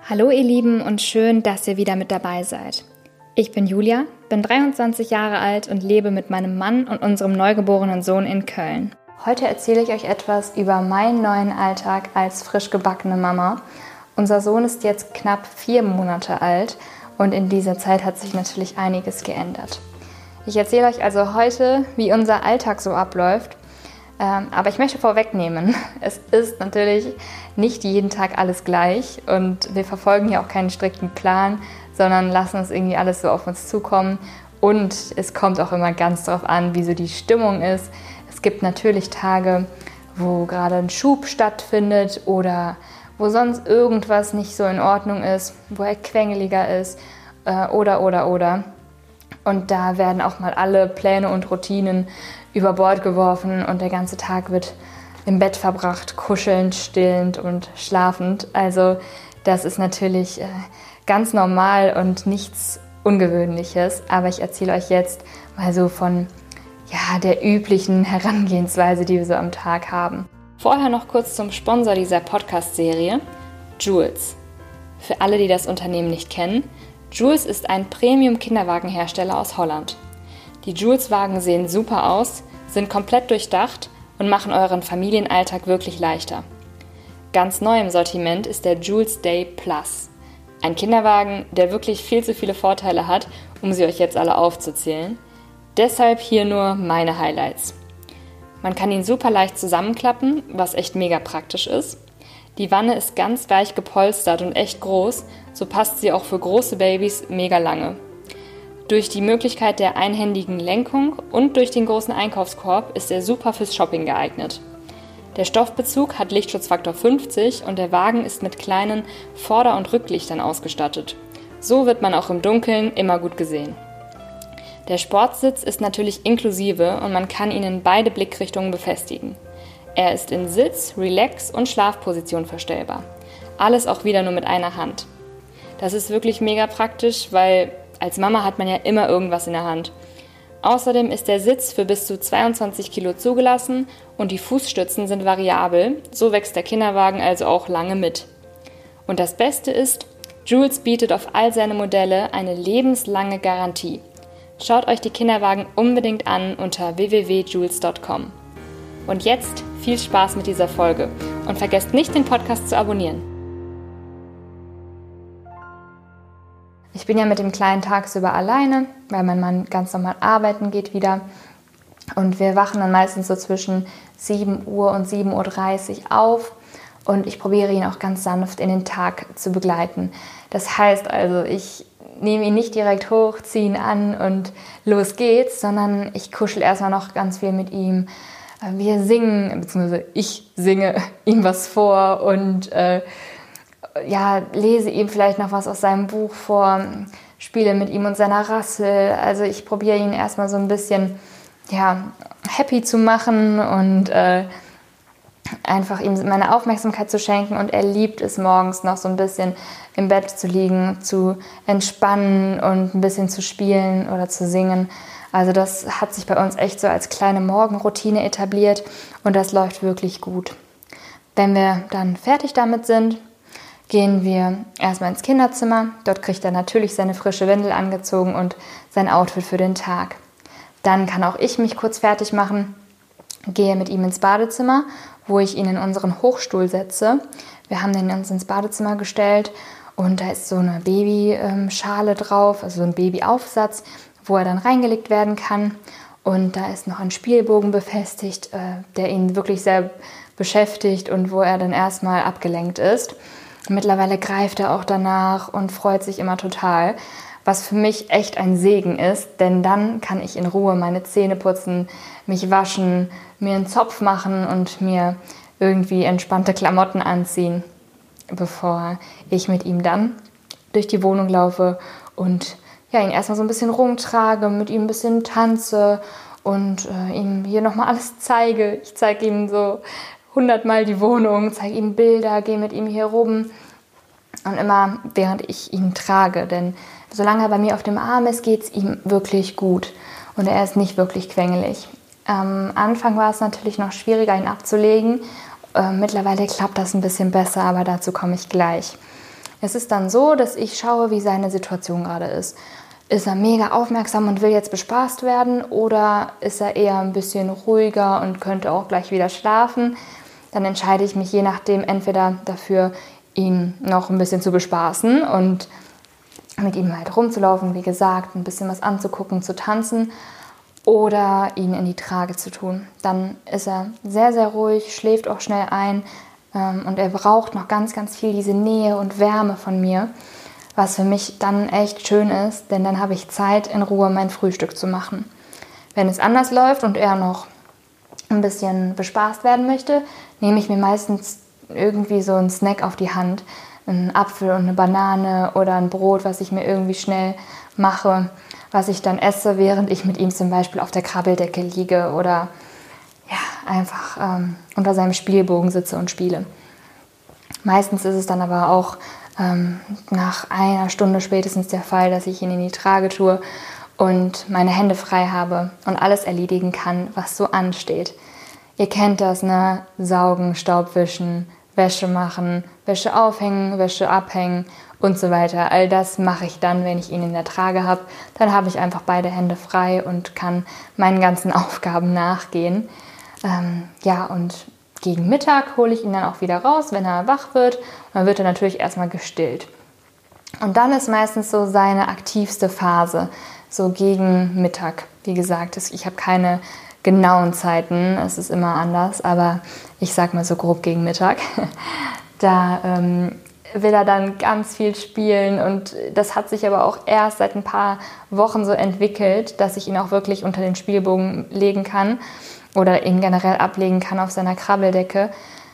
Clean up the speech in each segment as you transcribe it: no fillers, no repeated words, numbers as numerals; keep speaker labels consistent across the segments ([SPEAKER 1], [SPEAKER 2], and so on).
[SPEAKER 1] Hallo ihr Lieben und schön, dass ihr wieder mit dabei seid. Ich bin Julia, bin 23 Jahre alt und lebe mit meinem Mann und unserem neugeborenen Sohn in Köln. Heute erzähle ich euch etwas über meinen neuen Alltag als frisch gebackene Mama. Unser Sohn ist jetzt knapp 4 Monate alt und in dieser Zeit hat sich natürlich einiges geändert. Ich erzähle euch also heute, wie unser Alltag so abläuft. Aber ich möchte vorwegnehmen, es ist natürlich nicht jeden Tag alles gleich und wir verfolgen hier auch keinen strikten Plan, sondern lassen es irgendwie alles so auf uns zukommen und es kommt auch immer ganz darauf an, wie so die Stimmung ist. Es gibt natürlich Tage, wo gerade ein Schub stattfindet oder wo sonst irgendwas nicht so in Ordnung ist, wo er quengeliger ist oder. Und da werden auch mal alle Pläne und Routinen über Bord geworfen und der ganze Tag wird im Bett verbracht, kuschelnd, stillend und schlafend. Also das ist natürlich ganz normal und nichts Ungewöhnliches. Aber ich erzähle euch jetzt mal so von der üblichen Herangehensweise, die wir so am Tag haben. Vorher noch kurz zum Sponsor dieser Podcast-Serie, Joules. Für alle, die das Unternehmen nicht kennen, Joules ist ein Premium-Kinderwagenhersteller aus Holland. Die Joules-Wagen sehen super aus, sind komplett durchdacht und machen euren Familienalltag wirklich leichter. Ganz neu im Sortiment ist der Joules Day Plus. Ein Kinderwagen, der wirklich viel zu viele Vorteile hat, um sie euch jetzt alle aufzuzählen. Deshalb hier nur meine Highlights. Man kann ihn super leicht zusammenklappen, was echt mega praktisch ist. Die Wanne ist ganz weich gepolstert und echt groß, so passt sie auch für große Babys mega lange. Durch die Möglichkeit der einhändigen Lenkung und durch den großen Einkaufskorb ist er super fürs Shopping geeignet. Der Stoffbezug hat Lichtschutzfaktor 50 und der Wagen ist mit kleinen Vorder- und Rücklichtern ausgestattet. So wird man auch im Dunkeln immer gut gesehen. Der Sportsitz ist natürlich inklusive und man kann ihn in beide Blickrichtungen befestigen. Er ist in Sitz-, Relax- und Schlafposition verstellbar. Alles auch wieder nur mit einer Hand. Das ist wirklich mega praktisch, weil als Mama hat man ja immer irgendwas in der Hand. Außerdem ist der Sitz für bis zu 22 Kilo zugelassen und die Fußstützen sind variabel, so wächst der Kinderwagen also auch lange mit. Und das Beste ist, Joules bietet auf all seine Modelle eine lebenslange Garantie. Schaut euch die Kinderwagen unbedingt an unter www.joules.com. Und jetzt viel Spaß mit dieser Folge und vergesst nicht, den Podcast zu abonnieren. Ich bin ja mit dem Kleinen tagsüber alleine, weil mein Mann ganz normal arbeiten geht wieder. Und wir wachen dann meistens so zwischen 7 Uhr und 7.30 Uhr auf. Und ich probiere ihn auch ganz sanft in den Tag zu begleiten. Das heißt also, ich nehme ihn nicht direkt hoch, ziehe ihn an und los geht's, sondern ich kuschel erstmal noch ganz viel mit ihm. Wir singen, beziehungsweise ich singe ihm was vor und lese ihm vielleicht noch was aus seinem Buch vor, spiele mit ihm und seiner Rassel. Also ich probiere ihn erstmal so ein bisschen happy zu machen und einfach ihm meine Aufmerksamkeit zu schenken. Und er liebt es morgens noch so ein bisschen im Bett zu liegen, zu entspannen und ein bisschen zu spielen oder zu singen. Also das hat sich bei uns echt so als kleine Morgenroutine etabliert und das läuft wirklich gut. Wenn wir dann fertig damit sind, gehen wir erstmal ins Kinderzimmer. Dort kriegt er natürlich seine frische Windel angezogen und sein Outfit für den Tag. Dann kann auch ich mich kurz fertig machen, gehe mit ihm ins Badezimmer, wo ich ihn in unseren Hochstuhl setze. Wir haben den uns ins Badezimmer gestellt und da ist so eine Babyschale drauf, also so ein Babyaufsatz, wo er dann reingelegt werden kann. Und da ist noch ein Spielbogen befestigt, der ihn wirklich sehr beschäftigt und wo er dann erstmal abgelenkt ist. Mittlerweile greift er auch danach und freut sich immer total, was für mich echt ein Segen ist, denn dann kann ich in Ruhe meine Zähne putzen, mich waschen, mir einen Zopf machen und mir irgendwie entspannte Klamotten anziehen, bevor ich mit ihm dann durch die Wohnung laufe und ihn erstmal so ein bisschen rumtrage, mit ihm ein bisschen tanze und ihm hier nochmal alles zeige. Ich zeige ihm so 100-mal die Wohnung, zeige ihm Bilder, gehe mit ihm hier rum und immer während ich ihn trage, denn solange er bei mir auf dem Arm ist, geht es ihm wirklich gut und er ist nicht wirklich quengelig. Am Anfang war es natürlich noch schwieriger, ihn abzulegen. Mittlerweile klappt das ein bisschen besser, aber dazu komme ich gleich. Es ist dann so, dass ich schaue, wie seine Situation gerade ist. Ist er mega aufmerksam und will jetzt bespaßt werden oder ist er eher ein bisschen ruhiger und könnte auch gleich wieder schlafen? Dann entscheide ich mich je nachdem entweder dafür, ihn noch ein bisschen zu bespaßen und mit ihm halt rumzulaufen, wie gesagt, ein bisschen was anzugucken, zu tanzen oder ihn in die Trage zu tun. Dann ist er sehr, sehr ruhig, schläft auch schnell ein und er braucht noch ganz, ganz viel diese Nähe und Wärme von mir, was für mich dann echt schön ist, denn dann habe ich Zeit, in Ruhe mein Frühstück zu machen. Wenn es anders läuft und er noch ein bisschen bespaßt werden möchte, nehme ich mir meistens irgendwie so einen Snack auf die Hand, einen Apfel und eine Banane oder ein Brot, was ich mir irgendwie schnell mache, was ich dann esse, während ich mit ihm zum Beispiel auf der Krabbeldecke liege oder ja, einfach unter seinem Spielbogen sitze und spiele. Meistens ist es dann aber auch nach einer Stunde spätestens der Fall, dass ich ihn in die Trage tue und meine Hände frei habe und alles erledigen kann, was so ansteht. Ihr kennt das, ne? Saugen, Staubwischen, Wäsche machen, Wäsche aufhängen, Wäsche abhängen und so weiter. All das mache ich dann, wenn ich ihn in der Trage habe. Dann habe ich einfach beide Hände frei und kann meinen ganzen Aufgaben nachgehen. Und gegen Mittag hole ich ihn dann auch wieder raus, wenn er wach wird. Dann wird er natürlich erstmal gestillt. Und dann ist meistens so seine aktivste Phase, so gegen Mittag. Wie gesagt, ich habe keine genauen Zeiten, es ist immer anders, aber ich sag mal so grob gegen Mittag. Da will er dann ganz viel spielen und das hat sich aber auch erst seit ein paar Wochen so entwickelt, dass ich ihn auch wirklich unter den Spielbogen legen kann oder ihn generell ablegen kann auf seiner Krabbeldecke.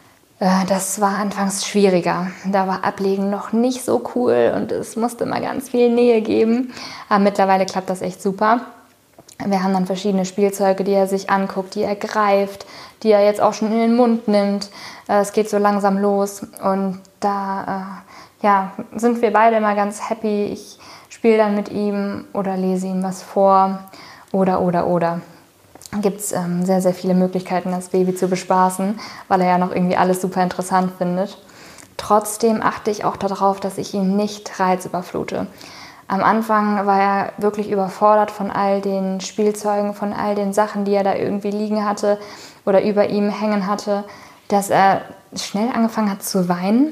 [SPEAKER 1] Das war anfangs schwieriger. Da war Ablegen noch nicht so cool und es musste immer ganz viel Nähe geben. Aber mittlerweile klappt das echt super. Wir haben dann verschiedene Spielzeuge, die er sich anguckt, die er greift, die er jetzt auch schon in den Mund nimmt. Es geht so langsam los und da sind wir beide immer ganz happy. Ich spiele dann mit ihm oder lese ihm was vor oder. Gibt es sehr, sehr viele Möglichkeiten, das Baby zu bespaßen, weil er ja noch irgendwie alles super interessant findet. Trotzdem achte ich auch darauf, dass ich ihn nicht reizüberflute. Am Anfang war er wirklich überfordert von all den Spielzeugen, von all den Sachen, die er da irgendwie liegen hatte oder über ihm hängen hatte, dass er schnell angefangen hat zu weinen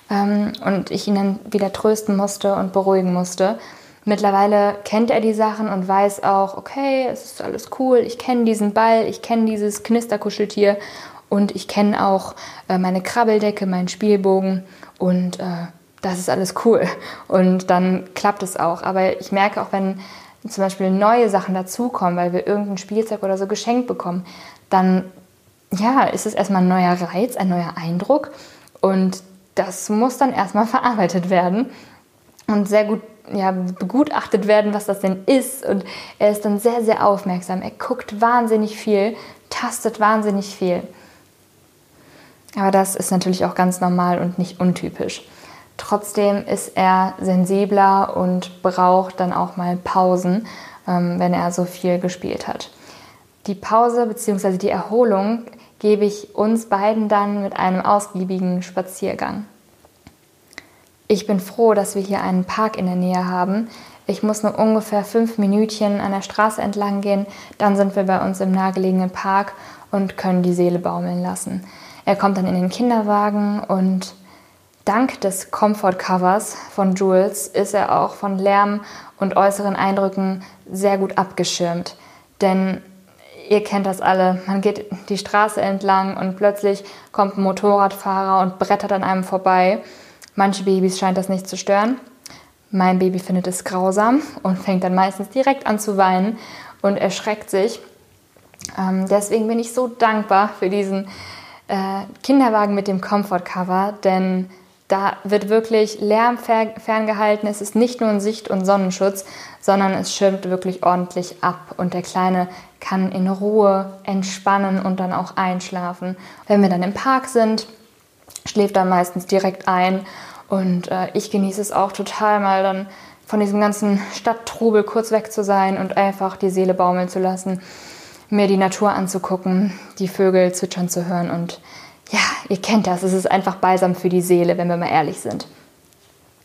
[SPEAKER 1] und ich ihn dann wieder trösten musste und beruhigen musste. Mittlerweile kennt er die Sachen und weiß auch, okay, es ist alles cool, ich kenne diesen Ball, ich kenne dieses Knisterkuscheltier und ich kenne auch meine Krabbeldecke, meinen Spielbogen und das ist alles cool und dann klappt es auch. Aber ich merke auch, wenn zum Beispiel neue Sachen dazukommen, weil wir irgendein Spielzeug oder so geschenkt bekommen, dann ist es erstmal ein neuer Reiz, ein neuer Eindruck und das muss dann erstmal verarbeitet werden und sehr gut begutachtet werden, was das denn ist. Und er ist dann sehr, sehr aufmerksam. Er guckt wahnsinnig viel, tastet wahnsinnig viel. Aber das ist natürlich auch ganz normal und nicht untypisch. Trotzdem ist er sensibler und braucht dann auch mal Pausen, wenn er so viel gespielt hat. Die Pause bzw. die Erholung gebe ich uns beiden dann mit einem ausgiebigen Spaziergang. Ich bin froh, dass wir hier einen Park in der Nähe haben. Ich muss nur ungefähr 5 Minütchen an der Straße entlang gehen, dann sind wir bei uns im nahegelegenen Park und können die Seele baumeln lassen. Er kommt dann in den Kinderwagen und dank des Comfort Covers von Jules ist er auch von Lärm und äußeren Eindrücken sehr gut abgeschirmt. Denn ihr kennt das alle, man geht die Straße entlang und plötzlich kommt ein Motorradfahrer und brettert an einem vorbei. Manche Babys scheint das nicht zu stören. Mein Baby findet es grausam und fängt dann meistens direkt an zu weinen und erschreckt sich. Deswegen bin ich so dankbar für diesen Kinderwagen mit dem Comfort Cover, denn da wird wirklich Lärm ferngehalten. Es ist nicht nur ein Sicht- und Sonnenschutz, sondern es schirmt wirklich ordentlich ab und der Kleine kann in Ruhe entspannen und dann auch einschlafen. Wenn wir dann im Park sind, schläft er meistens direkt ein und ich genieße es auch total, mal dann von diesem ganzen Stadttrubel kurz weg zu sein und einfach die Seele baumeln zu lassen, mir die Natur anzugucken, die Vögel zwitschern zu hören und ja, ihr kennt das, es ist einfach Balsam für die Seele, wenn wir mal ehrlich sind.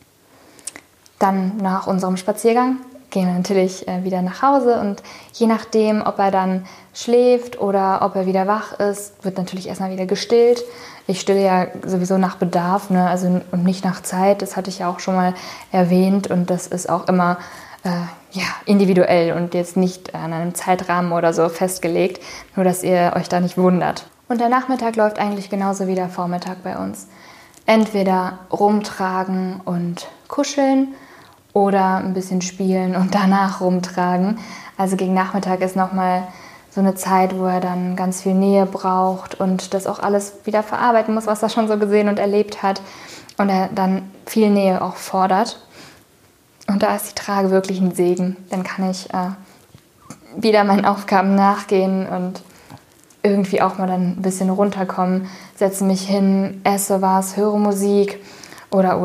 [SPEAKER 1] Dann nach unserem Spaziergang gehen wir natürlich wieder nach Hause und je nachdem, ob er dann schläft oder ob er wieder wach ist, wird natürlich erstmal wieder gestillt. Ich stille ja sowieso nach Bedarf, ne? Also, und nicht nach Zeit, das hatte ich ja auch schon mal erwähnt und das ist auch immer individuell und jetzt nicht an einem Zeitrahmen oder so festgelegt, nur dass ihr euch da nicht wundert. Und der Nachmittag läuft eigentlich genauso wie der Vormittag bei uns. Entweder rumtragen und kuscheln oder ein bisschen spielen und danach rumtragen. Also gegen Nachmittag ist nochmal so eine Zeit, wo er dann ganz viel Nähe braucht und das auch alles wieder verarbeiten muss, was er schon so gesehen und erlebt hat und er dann viel Nähe auch fordert. Und da ist die Trage wirklich ein Segen. Dann kann ich wieder meinen Aufgaben nachgehen und irgendwie auch mal dann ein bisschen runterkommen, setze mich hin, esse was, höre Musik oder.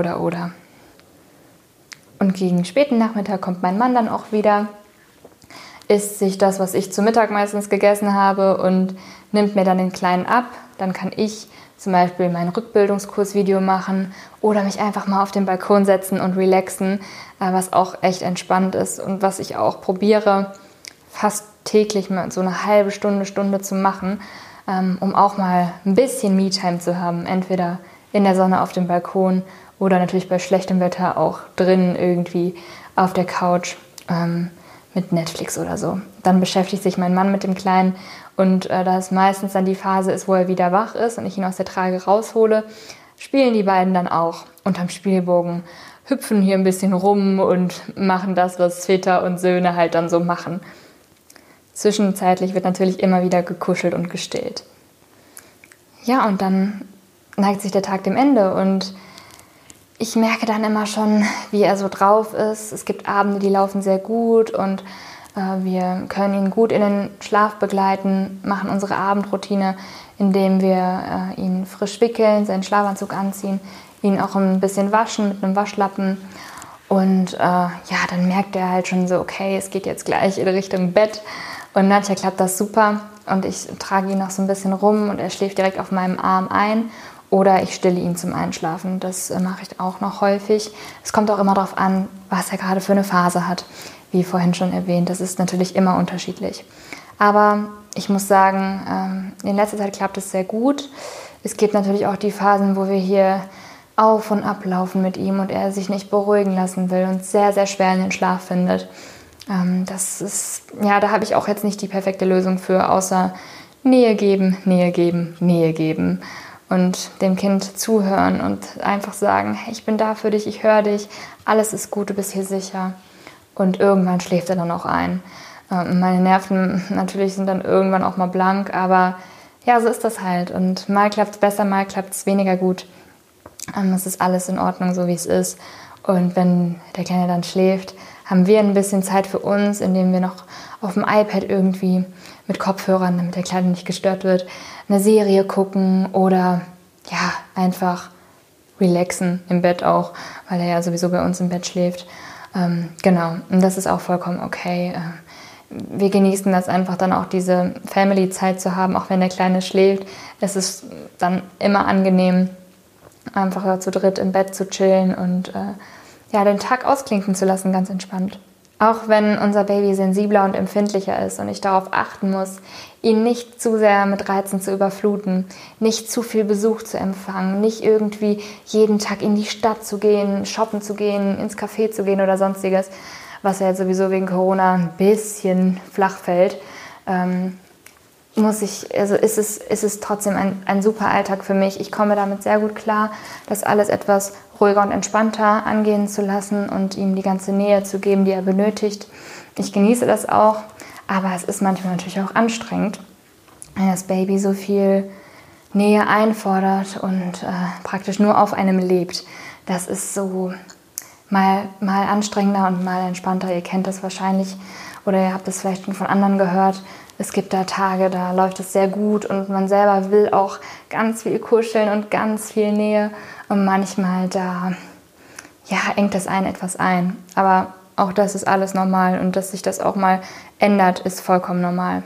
[SPEAKER 1] Und gegen späten Nachmittag kommt mein Mann dann auch wieder, isst sich das, was ich zu Mittag meistens gegessen habe und nimmt mir dann den Kleinen ab. Dann kann ich zum Beispiel mein Rückbildungskursvideo machen oder mich einfach mal auf den Balkon setzen und relaxen, was auch echt entspannt ist und was ich auch probiere, fast täglich mal so eine halbe Stunde zu machen, um auch mal ein bisschen Me-Time zu haben, entweder in der Sonne auf dem Balkon oder natürlich bei schlechtem Wetter auch drinnen irgendwie auf der Couch mit Netflix oder so. Dann beschäftigt sich mein Mann mit dem Kleinen und da es meistens dann die Phase ist, wo er wieder wach ist und ich ihn aus der Trage raushole, spielen die beiden dann auch unterm Spielbogen, hüpfen hier ein bisschen rum und machen das, was Väter und Söhne halt dann so machen. Zwischenzeitlich wird natürlich immer wieder gekuschelt und gestillt. Ja, und dann neigt sich der Tag dem Ende und ich merke dann immer schon, wie er so drauf ist. Es gibt Abende, die laufen sehr gut und wir können ihn gut in den Schlaf begleiten, machen unsere Abendroutine, indem wir ihn frisch wickeln, seinen Schlafanzug anziehen, ihn auch ein bisschen waschen mit einem Waschlappen. Und dann merkt er halt schon so, okay, es geht jetzt gleich in Richtung Bett. Und manchmal klappt das super und ich trage ihn noch so ein bisschen rum und er schläft direkt auf meinem Arm ein oder ich stille ihn zum Einschlafen. Das mache ich auch noch häufig. Es kommt auch immer darauf an, was er gerade für eine Phase hat. Wie vorhin schon erwähnt, das ist natürlich immer unterschiedlich. Aber ich muss sagen, in letzter Zeit klappt es sehr gut. Es gibt natürlich auch die Phasen, wo wir hier auf und ab laufen mit ihm und er sich nicht beruhigen lassen will und sehr, sehr schwer in den Schlaf findet. Das ist, ja, da habe ich auch jetzt nicht die perfekte Lösung für, außer Nähe geben und dem Kind zuhören und einfach sagen, hey, ich bin da für dich, ich höre dich, alles ist gut, du bist hier sicher. Und irgendwann schläft er dann auch ein. Meine Nerven natürlich sind dann irgendwann auch mal blank, aber ja, so ist das halt. Und mal klappt es besser, mal klappt es weniger gut. Es ist alles in Ordnung, so wie es ist. Und wenn der Kleine dann schläft, haben wir ein bisschen Zeit für uns, indem wir noch auf dem iPad irgendwie mit Kopfhörern, damit der Kleine nicht gestört wird, eine Serie gucken oder ja, einfach relaxen im Bett auch, weil er ja sowieso bei uns im Bett schläft. Genau, und das ist auch vollkommen okay. Wir genießen das einfach dann auch, diese Family-Zeit zu haben, auch wenn der Kleine schläft. Es ist dann immer angenehm, einfach zu dritt im Bett zu chillen und den Tag ausklinken zu lassen, ganz entspannt. Auch wenn unser Baby sensibler und empfindlicher ist und ich darauf achten muss, ihn nicht zu sehr mit Reizen zu überfluten, nicht zu viel Besuch zu empfangen, nicht irgendwie jeden Tag in die Stadt zu gehen, shoppen zu gehen, ins Café zu gehen oder sonstiges, was ja jetzt sowieso wegen Corona ein bisschen flach fällt, ist es trotzdem ein super Alltag für mich. Ich komme damit sehr gut klar, das alles etwas ruhiger und entspannter angehen zu lassen und ihm die ganze Nähe zu geben, die er benötigt. Ich genieße das auch, aber es ist manchmal natürlich auch anstrengend, wenn das Baby so viel Nähe einfordert und praktisch nur auf einem lebt. Das ist so mal anstrengender und mal entspannter. Ihr kennt das wahrscheinlich oder ihr habt es vielleicht schon von anderen gehört. Es gibt da Tage, da läuft es sehr gut und man selber will auch ganz viel kuscheln und ganz viel Nähe. Und manchmal da engt das einen etwas ein. Aber auch das ist alles normal und dass sich das auch mal ändert, ist vollkommen normal.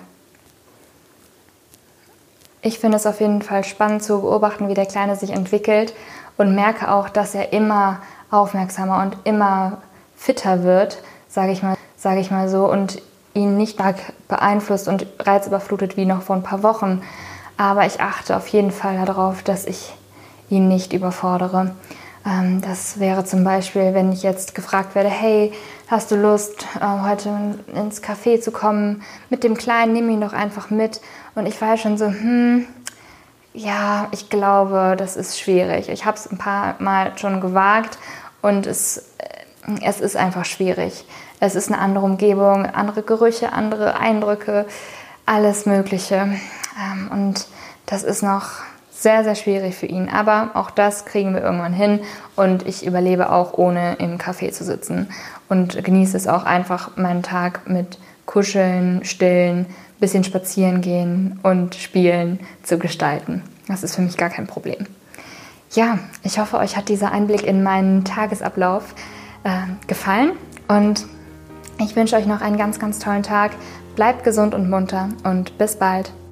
[SPEAKER 1] Ich finde es auf jeden Fall spannend zu beobachten, wie der Kleine sich entwickelt und merke auch, dass er immer aufmerksamer und immer fitter wird, sage ich mal so, und ihn nicht stark beeinflusst und reizüberflutet wie noch vor ein paar Wochen. Aber ich achte auf jeden Fall darauf, dass ich ihn nicht überfordere. Das wäre zum Beispiel, wenn ich jetzt gefragt werde, hey, hast du Lust, heute ins Café zu kommen mit dem Kleinen, nimm ihn doch einfach mit. Und ich war schon so, ja, ich glaube, das ist schwierig. Ich habe es ein paar Mal schon gewagt und es ist einfach schwierig. Es ist eine andere Umgebung, andere Gerüche, andere Eindrücke, alles Mögliche. Und das ist noch sehr, sehr schwierig für ihn. Aber auch das kriegen wir irgendwann hin und ich überlebe auch, ohne im Café zu sitzen und genieße es auch einfach, meinen Tag mit Kuscheln, Stillen, bisschen spazieren gehen und Spielen zu gestalten. Das ist für mich gar kein Problem. Ja, ich hoffe, euch hat dieser Einblick in meinen Tagesablauf gefallen und ich wünsche euch noch einen ganz, ganz tollen Tag. Bleibt gesund und munter und bis bald.